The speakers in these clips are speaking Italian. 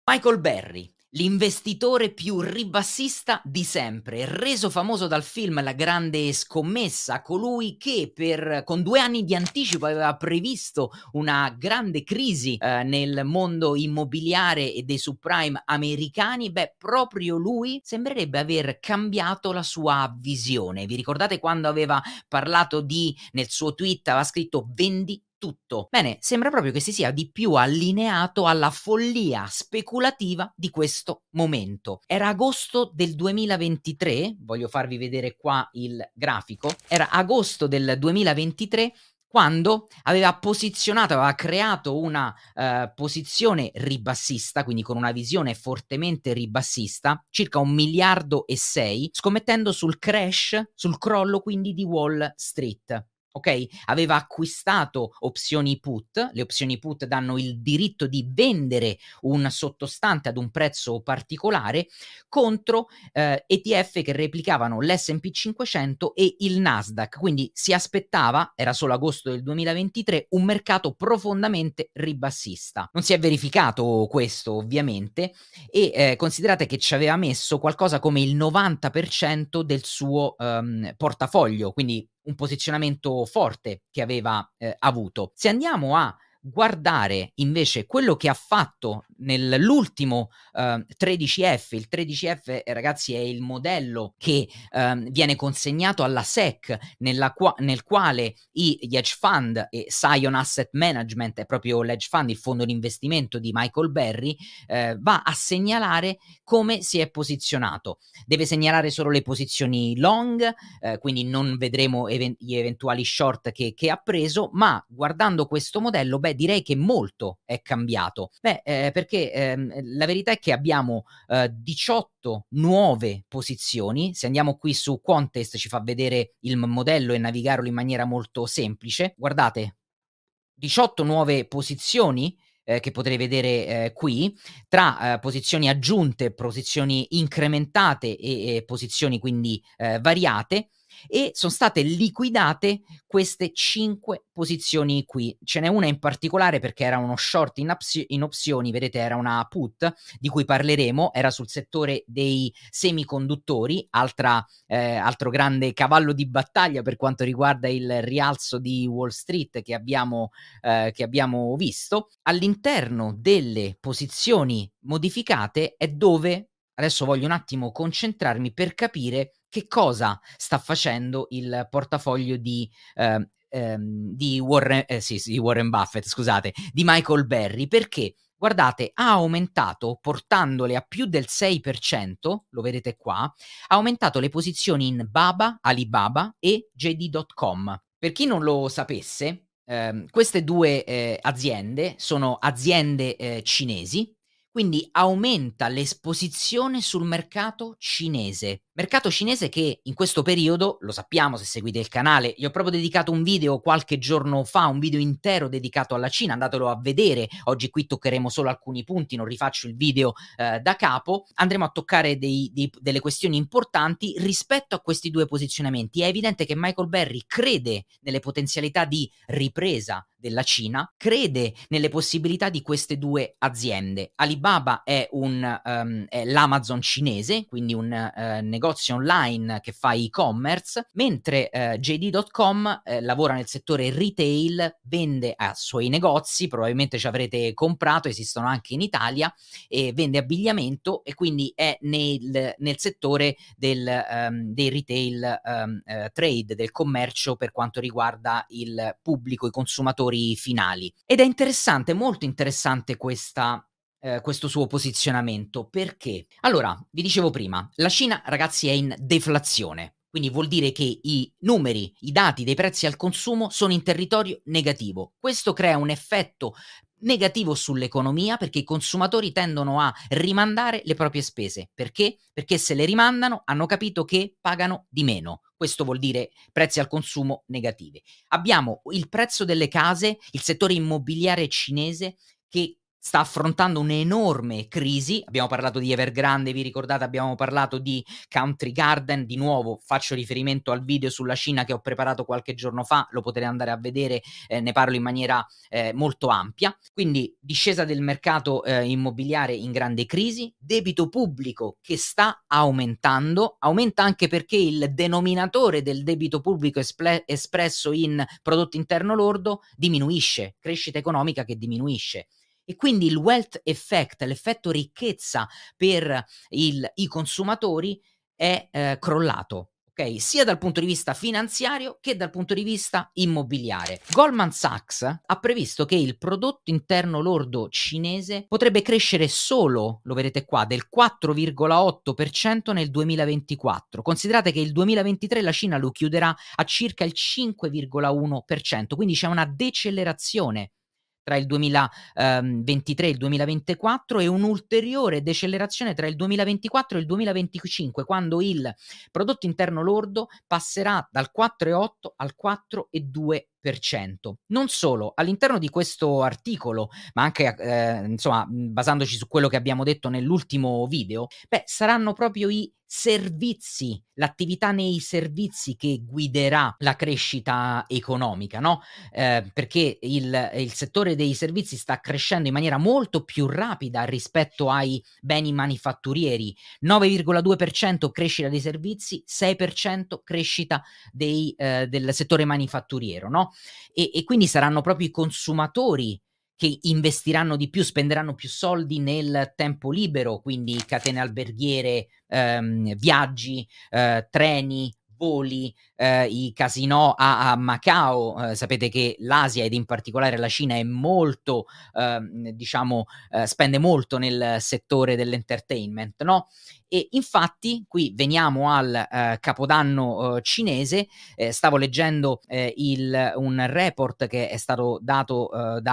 Michael Burry, l'investitore più ribassista di sempre, reso famoso dal film La grande scommessa, colui che con 2 anni di anticipo aveva previsto una grande crisi, nel mondo immobiliare e dei subprime americani, proprio lui sembrerebbe aver cambiato la sua visione. Vi ricordate quando aveva parlato nel suo tweet aveva scritto: "Vendi tutto". Bene, sembra proprio che si sia di più allineato alla follia speculativa di questo momento. Era agosto del 2023, voglio farvi vedere qua il grafico, era agosto del 2023 quando aveva creato una, posizione ribassista, quindi con una visione fortemente ribassista, circa 1.600.000.000, scommettendo sul crash, sul crollo quindi di Wall Street. Okay? Aveva acquistato opzioni put, le opzioni put danno il diritto di vendere un sottostante ad un prezzo particolare contro, ETF che replicavano l'S&P 500 e il Nasdaq, quindi si aspettava, era solo agosto del 2023, un mercato profondamente ribassista. Non si è verificato questo ovviamente e, considerate che ci aveva messo qualcosa come il 90% del suo, portafoglio, quindi un posizionamento forte che aveva, avuto. Se andiamo a guardare invece quello che ha fatto nell'ultimo, 13F, il 13F, ragazzi, è il modello che, viene consegnato alla SEC nel quale gli hedge fund e Zion Asset Management, è proprio l'hedge fund, il fondo di investimento di Michael Burry, va a segnalare come si è posizionato. Deve segnalare solo le posizioni long, quindi non vedremo gli eventuali short che ha preso, ma guardando questo modello, direi che molto è cambiato. Perché la verità è che abbiamo 18 nuove posizioni. Se andiamo qui su Quantest ci fa vedere il modello e navigarlo in maniera molto semplice. Guardate, 18 nuove posizioni, che potrei vedere, qui, tra, posizioni aggiunte, posizioni incrementate e posizioni quindi, variate, e son state liquidate queste 5 posizioni qui. Ce n'è una in particolare perché era uno short in opzioni, vedete era una put, di cui parleremo, era sul settore dei semiconduttori, altro grande cavallo di battaglia per quanto riguarda il rialzo di Wall Street che abbiamo visto. All'interno delle posizioni modificate è dove adesso voglio un attimo concentrarmi per capire che cosa sta facendo il portafoglio di Warren Buffett, scusate, di Michael Burry, perché guardate, ha aumentato, portandole a più del 6%, lo vedete qua, ha aumentato le posizioni in Baba, Alibaba e JD.com. Per chi non lo sapesse, queste 2, aziende sono aziende, cinesi, quindi aumenta l'esposizione sul mercato cinese. Mercato cinese che in questo periodo, lo sappiamo se seguite il canale, gli ho proprio dedicato un video qualche giorno fa, un video intero dedicato alla Cina, andatelo a vedere. Oggi qui toccheremo solo alcuni punti, non rifaccio il video, da capo. Andremo a toccare delle questioni importanti rispetto a questi 2 posizionamenti. È evidente che Michael Burry crede nelle potenzialità di ripresa della Cina, crede nelle possibilità di queste 2 aziende. Alibaba è è l'Amazon cinese, quindi un, negozio online che fa e-commerce, mentre, JD.com, lavora nel settore retail, vende a suoi negozi, probabilmente ci avrete comprato, esistono anche in Italia, e vende abbigliamento e quindi è nel settore dei retail, trade, del commercio per quanto riguarda il pubblico, i consumatori finali. Ed è interessante, molto interessante questo suo posizionamento. Perché? Allora, vi dicevo prima, la Cina, ragazzi, è in deflazione. Quindi vuol dire che i numeri, i dati dei prezzi al consumo sono in territorio negativo. Questo crea un effetto negativo sull'economia perché i consumatori tendono a rimandare le proprie spese. Perché? Perché se le rimandano hanno capito che pagano di meno. Questo vuol dire prezzi al consumo negativi. Abbiamo il prezzo delle case, il settore immobiliare cinese che sta affrontando un'enorme crisi. Abbiamo parlato di Evergrande, vi ricordate? Abbiamo parlato di Country Garden. Di nuovo faccio riferimento al video sulla Cina che ho preparato qualche giorno fa, lo potete andare a vedere, ne parlo in maniera molto ampia. Quindi discesa del mercato immobiliare in grande crisi, debito pubblico che sta aumentando, aumenta anche perché il denominatore del debito pubblico espresso in prodotto interno lordo diminuisce, crescita economica che diminuisce. E quindi il wealth effect, l'effetto ricchezza per i consumatori è crollato, ok? Sia dal punto di vista finanziario che dal punto di vista immobiliare. Goldman Sachs ha previsto che il prodotto interno lordo cinese potrebbe crescere solo, lo vedete qua, del 4,8% nel 2024. Considerate che il 2023 la Cina lo chiuderà a circa il 5,1%, quindi c'è una decelerazione tra il 2023 e il 2024 e un'ulteriore decelerazione tra il 2024 e il 2025, quando il prodotto interno lordo passerà dal 4,8 al 4,2%. Non solo, all'interno di questo articolo, ma anche insomma, basandoci su quello che abbiamo detto nell'ultimo video, saranno proprio i servizi, l'attività nei servizi che guiderà la crescita economica, no? Perché il settore dei servizi sta crescendo in maniera molto più rapida rispetto ai beni manifatturieri. 9,2% crescita dei servizi, 6% crescita del settore manifatturiero, no? E quindi saranno proprio i consumatori che investiranno di più, spenderanno più soldi nel tempo libero, quindi catene alberghiere, viaggi, treni, voli, i casinò a Macao. Sapete che l'Asia ed in particolare la Cina è molto, diciamo, spende molto nel settore dell'entertainment, no? E infatti qui veniamo al capodanno cinese. Stavo leggendo un report che è stato dato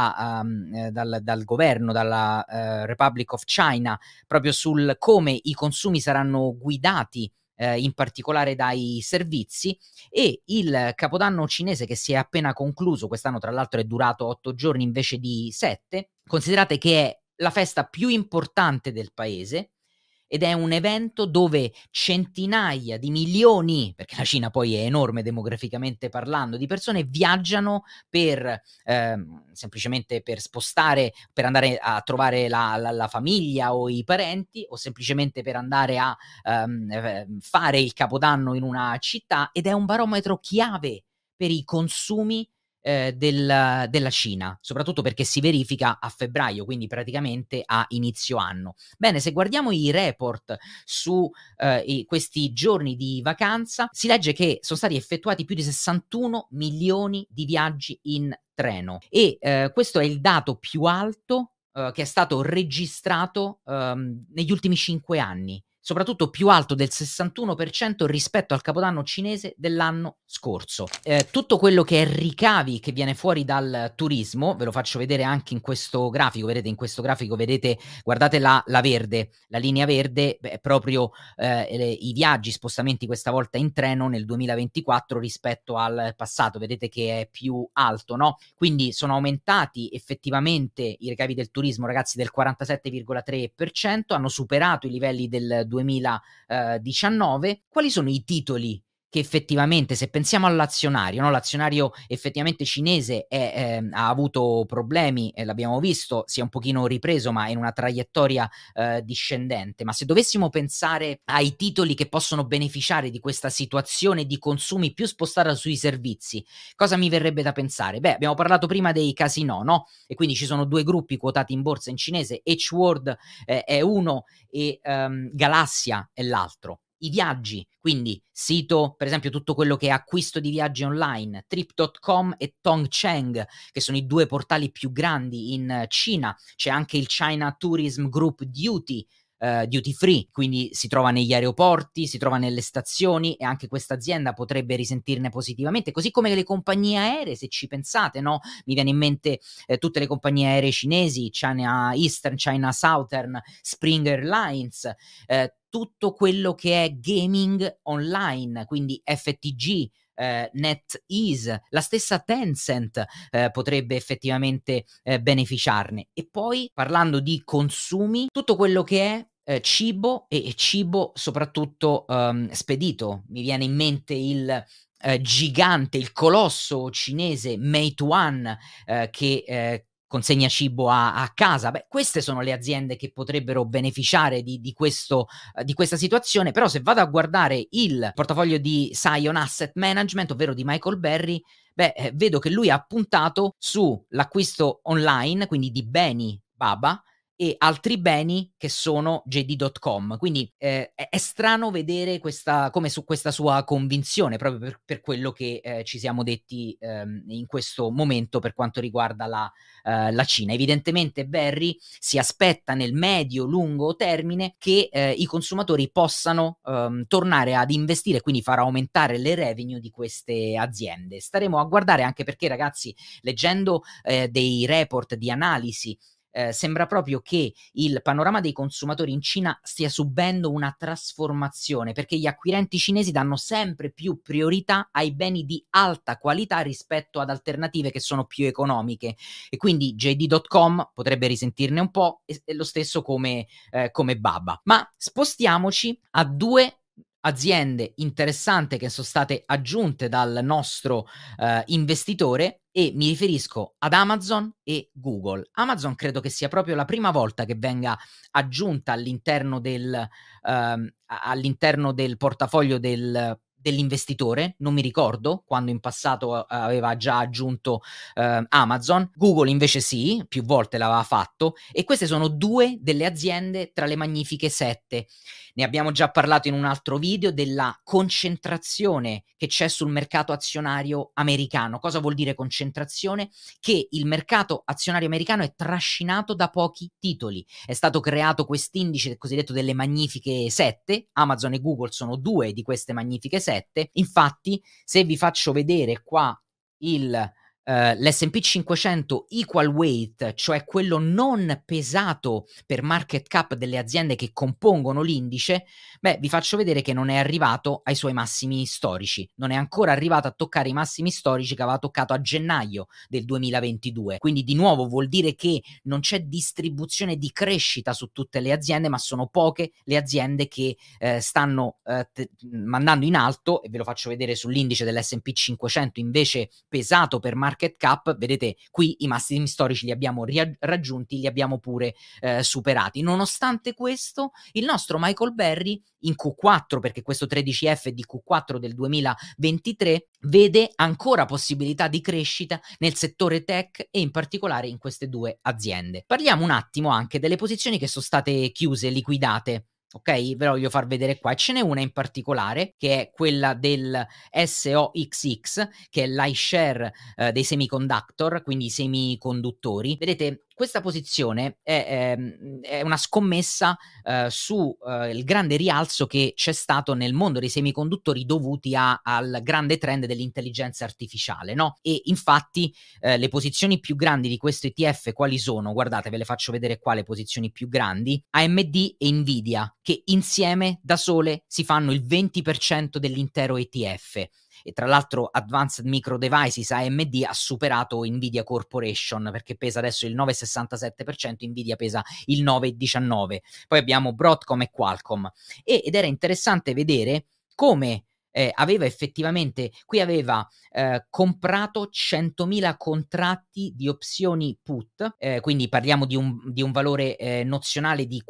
dal governo, dalla Republic of China, proprio sul come i consumi saranno guidati in particolare dai servizi. E il capodanno cinese che si è appena concluso, quest'anno tra l'altro è durato 8 giorni invece di 7, considerate che è la festa più importante del paese ed è un evento dove centinaia di milioni, perché la Cina poi è enorme demograficamente parlando, di persone viaggiano per semplicemente per spostare, per andare a trovare la famiglia o i parenti, o semplicemente per andare a fare il capodanno in una città, ed è un barometro chiave per i consumi della Cina, soprattutto perché si verifica a febbraio, quindi praticamente a inizio anno. Bene, se guardiamo i report su questi giorni di vacanza, si legge che sono stati effettuati più di 61 milioni di viaggi in treno e questo è il dato più alto che è stato registrato negli ultimi 5 anni. Soprattutto più alto del 61% rispetto al capodanno cinese dell'anno scorso. Tutto quello che è ricavi che viene fuori dal turismo, ve lo faccio vedere anche in questo grafico. Vedete, in questo grafico vedete, guardate la verde, la linea verde è proprio i viaggi, spostamenti questa volta in treno nel 2024 rispetto al passato. Vedete che è più alto, no? Quindi sono aumentati effettivamente i ricavi del turismo, ragazzi, del 47,3%, hanno superato i livelli del 2019. Quali sono i titoli che effettivamente, se pensiamo all'azionario, no? L'azionario effettivamente cinese ha avuto problemi, e l'abbiamo visto, si è un pochino ripreso, ma è in una traiettoria discendente. Ma se dovessimo pensare ai titoli che possono beneficiare di questa situazione di consumi più spostata sui servizi, cosa mi verrebbe da pensare? Beh, abbiamo parlato prima dei casinò, no? E quindi ci sono due gruppi quotati in borsa in cinese, H-World è uno e Galassia è l'altro. I viaggi, quindi sito, per esempio tutto quello che è acquisto di viaggi online, Trip.com e Tongcheng, che sono i due portali più grandi in Cina. C'è anche il China Tourism Group Duty free, quindi si trova negli aeroporti, si trova nelle stazioni, e anche questa azienda potrebbe risentirne positivamente, così come le compagnie aeree, se ci pensate, no? Mi viene in mente tutte le compagnie aeree cinesi, China Eastern, China Southern, Spring Airlines, tutto quello che è gaming online, quindi FTG, NetEase, la stessa Tencent potrebbe effettivamente beneficiarne. E poi, parlando di consumi, tutto quello che è cibo e cibo soprattutto spedito. Mi viene in mente il gigante, il colosso cinese Meituan che consegna cibo a casa. Beh, queste sono le aziende che potrebbero beneficiare di questo di questa situazione. Però se vado a guardare il portafoglio di Scion Asset Management, ovvero di Michael Burry, beh, vedo che lui ha puntato sull'acquisto online, quindi di beni Baba, e altri beni che sono JD.com. Quindi è strano vedere come su questa sua convinzione, proprio per quello che ci siamo detti in questo momento per quanto riguarda la Cina. Evidentemente Barry si aspetta nel medio-lungo termine che i consumatori possano tornare ad investire, quindi far aumentare le revenue di queste aziende. Staremo a guardare, anche perché, ragazzi, leggendo dei report di analisi, sembra proprio che il panorama dei consumatori in Cina stia subendo una trasformazione, perché gli acquirenti cinesi danno sempre più priorità ai beni di alta qualità rispetto ad alternative che sono più economiche, e quindi JD.com potrebbe risentirne un po', e lo stesso come Baba. Ma spostiamoci a due aziende interessanti che sono state aggiunte dal nostro investitore, e mi riferisco ad Amazon e Google. Amazon credo che sia proprio la prima volta che venga aggiunta all'interno del portafoglio dell'investitore. Non mi ricordo quando in passato aveva già aggiunto Amazon. Google invece sì, più volte l'aveva fatto, e queste sono due delle aziende tra le magnifiche 7. Ne abbiamo già parlato in un altro video della concentrazione che c'è sul mercato azionario americano. Cosa vuol dire concentrazione? Che il mercato azionario americano è trascinato da pochi titoli. È stato creato quest'indice cosiddetto delle magnifiche 7. Amazon e Google sono due di queste magnifiche 7. Infatti, se vi faccio vedere qua l'S&P 500 equal weight, cioè quello non pesato per market cap delle aziende che compongono l'indice, beh, vi faccio vedere che non è arrivato ai suoi massimi storici, non è ancora arrivato a toccare i massimi storici che aveva toccato a gennaio del 2022. Quindi di nuovo vuol dire che non c'è distribuzione di crescita su tutte le aziende, ma sono poche le aziende che stanno mandando in alto, e ve lo faccio vedere sull'indice dell'S&P 500 invece pesato per market cap. Vedete qui i massimi storici li abbiamo raggiunti, li abbiamo pure superati. Nonostante questo, il nostro Michael Burry in Q4, perché questo 13F è di Q4 del 2023, vede ancora possibilità di crescita nel settore tech e in particolare in queste due aziende. Parliamo un attimo anche delle posizioni che sono state chiuse, liquidate. Ok, ve la voglio far vedere qua. Ce n'è una in particolare che è quella del SOXX, che è l'iShare dei semiconductor, quindi i semiconduttori. Vedete, questa posizione è una scommessa su il grande rialzo che c'è stato nel mondo dei semiconduttori dovuti al grande trend dell'intelligenza artificiale, no? E infatti le posizioni più grandi di questo ETF quali sono? Guardate, ve le faccio vedere qua le posizioni più grandi: AMD e Nvidia, che insieme da sole si fanno il 20% dell'intero ETF. E tra l'altro Advanced Micro Devices, AMD, ha superato Nvidia Corporation, perché pesa adesso il 9,67%, Nvidia pesa il 9,19%. Poi abbiamo Broadcom e Qualcomm. Ed era interessante vedere come aveva effettivamente, qui aveva comprato 100.000 contratti di opzioni put, quindi parliamo di un valore nozionale di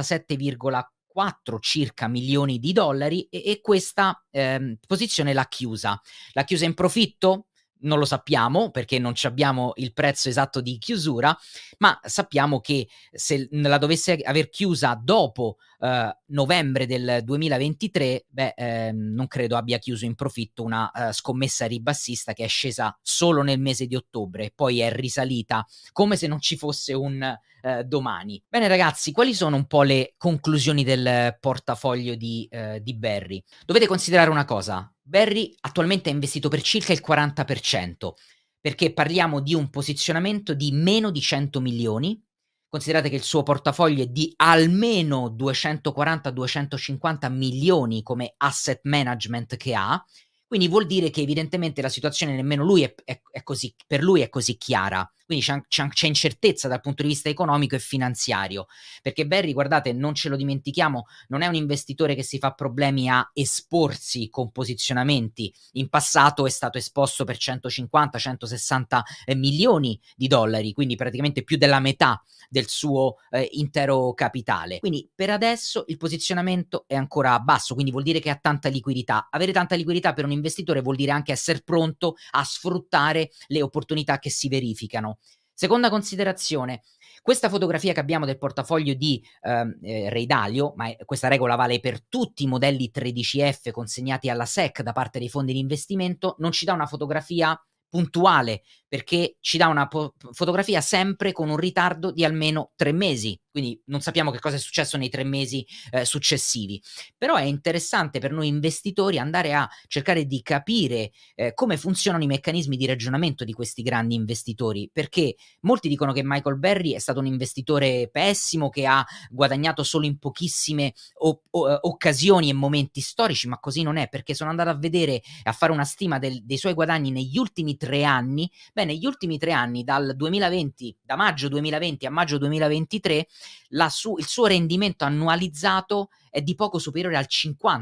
47,4 circa milioni di dollari, e questa posizione l'ha chiusa. L'ha chiusa in profitto? Non lo sappiamo, perché non abbiamo il prezzo esatto di chiusura, ma sappiamo che se la dovesse aver chiusa dopo novembre del 2023, non credo abbia chiuso in profitto una scommessa ribassista che è scesa solo nel mese di ottobre e poi è risalita come se non ci fosse un domani. Bene ragazzi, quali sono un po' le conclusioni del portafoglio di Barry? Dovete considerare una cosa: Barry attualmente è investito per circa il 40%, perché parliamo di un posizionamento di meno di 100 milioni. Considerate che il suo portafoglio è di almeno 240-250 milioni come asset management che ha, Quindi vuol dire che evidentemente la situazione nemmeno lui è così, per lui è così chiara. Quindi c'è incertezza dal punto di vista economico e finanziario, perché Barry, guardate, non ce lo dimentichiamo, non è un investitore che si fa problemi a esporsi con posizionamenti. In passato è stato esposto per 150-160 milioni di dollari, quindi praticamente più della metà del suo intero capitale. Quindi per adesso il posizionamento è ancora basso, quindi vuol dire che ha tanta liquidità. Avere tanta liquidità per un investitore vuol dire anche essere pronto a sfruttare le opportunità che si verificano. Seconda considerazione, questa fotografia che abbiamo del portafoglio di Ray Dalio, ma questa regola vale per tutti i modelli 13F consegnati alla SEC da parte dei fondi di investimento, non ci dà una fotografia puntuale, perché ci dà una fotografia sempre con un ritardo di almeno 3 mesi, quindi non sappiamo che cosa è successo nei 3 mesi successivi. Però è interessante per noi investitori andare a cercare di capire come funzionano i meccanismi di ragionamento di questi grandi investitori, perché molti dicono che Michael Burry è stato un investitore pessimo, che ha guadagnato solo in pochissime occasioni e momenti storici, ma così non è, perché sono andato a vedere e a fare una stima dei suoi guadagni negli ultimi 3 anni. Beh, negli ultimi 3 anni, da maggio 2020 a maggio 2023, il suo rendimento annualizzato è di poco superiore al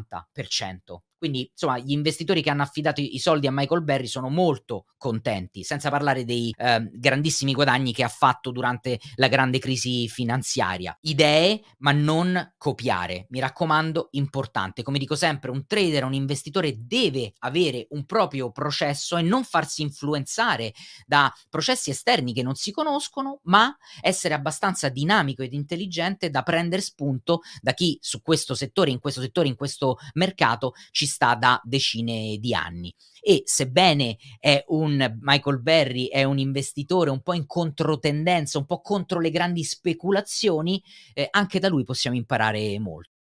50%. Quindi, insomma, gli investitori che hanno affidato i soldi a Michael Burry sono molto contenti, senza parlare dei grandissimi guadagni che ha fatto durante la grande crisi finanziaria. Idee, ma non copiare. Mi raccomando, importante. Come dico sempre, un trader, un investitore deve avere un proprio processo e non farsi influenzare da processi esterni che non si conoscono, ma essere abbastanza dinamico ed intelligente da prendere spunto da chi su questo settore, in questo mercato ci sta da decine di anni. E sebbene Michael Burry è un investitore un po' in controtendenza, un po' contro le grandi speculazioni, anche da lui possiamo imparare molto.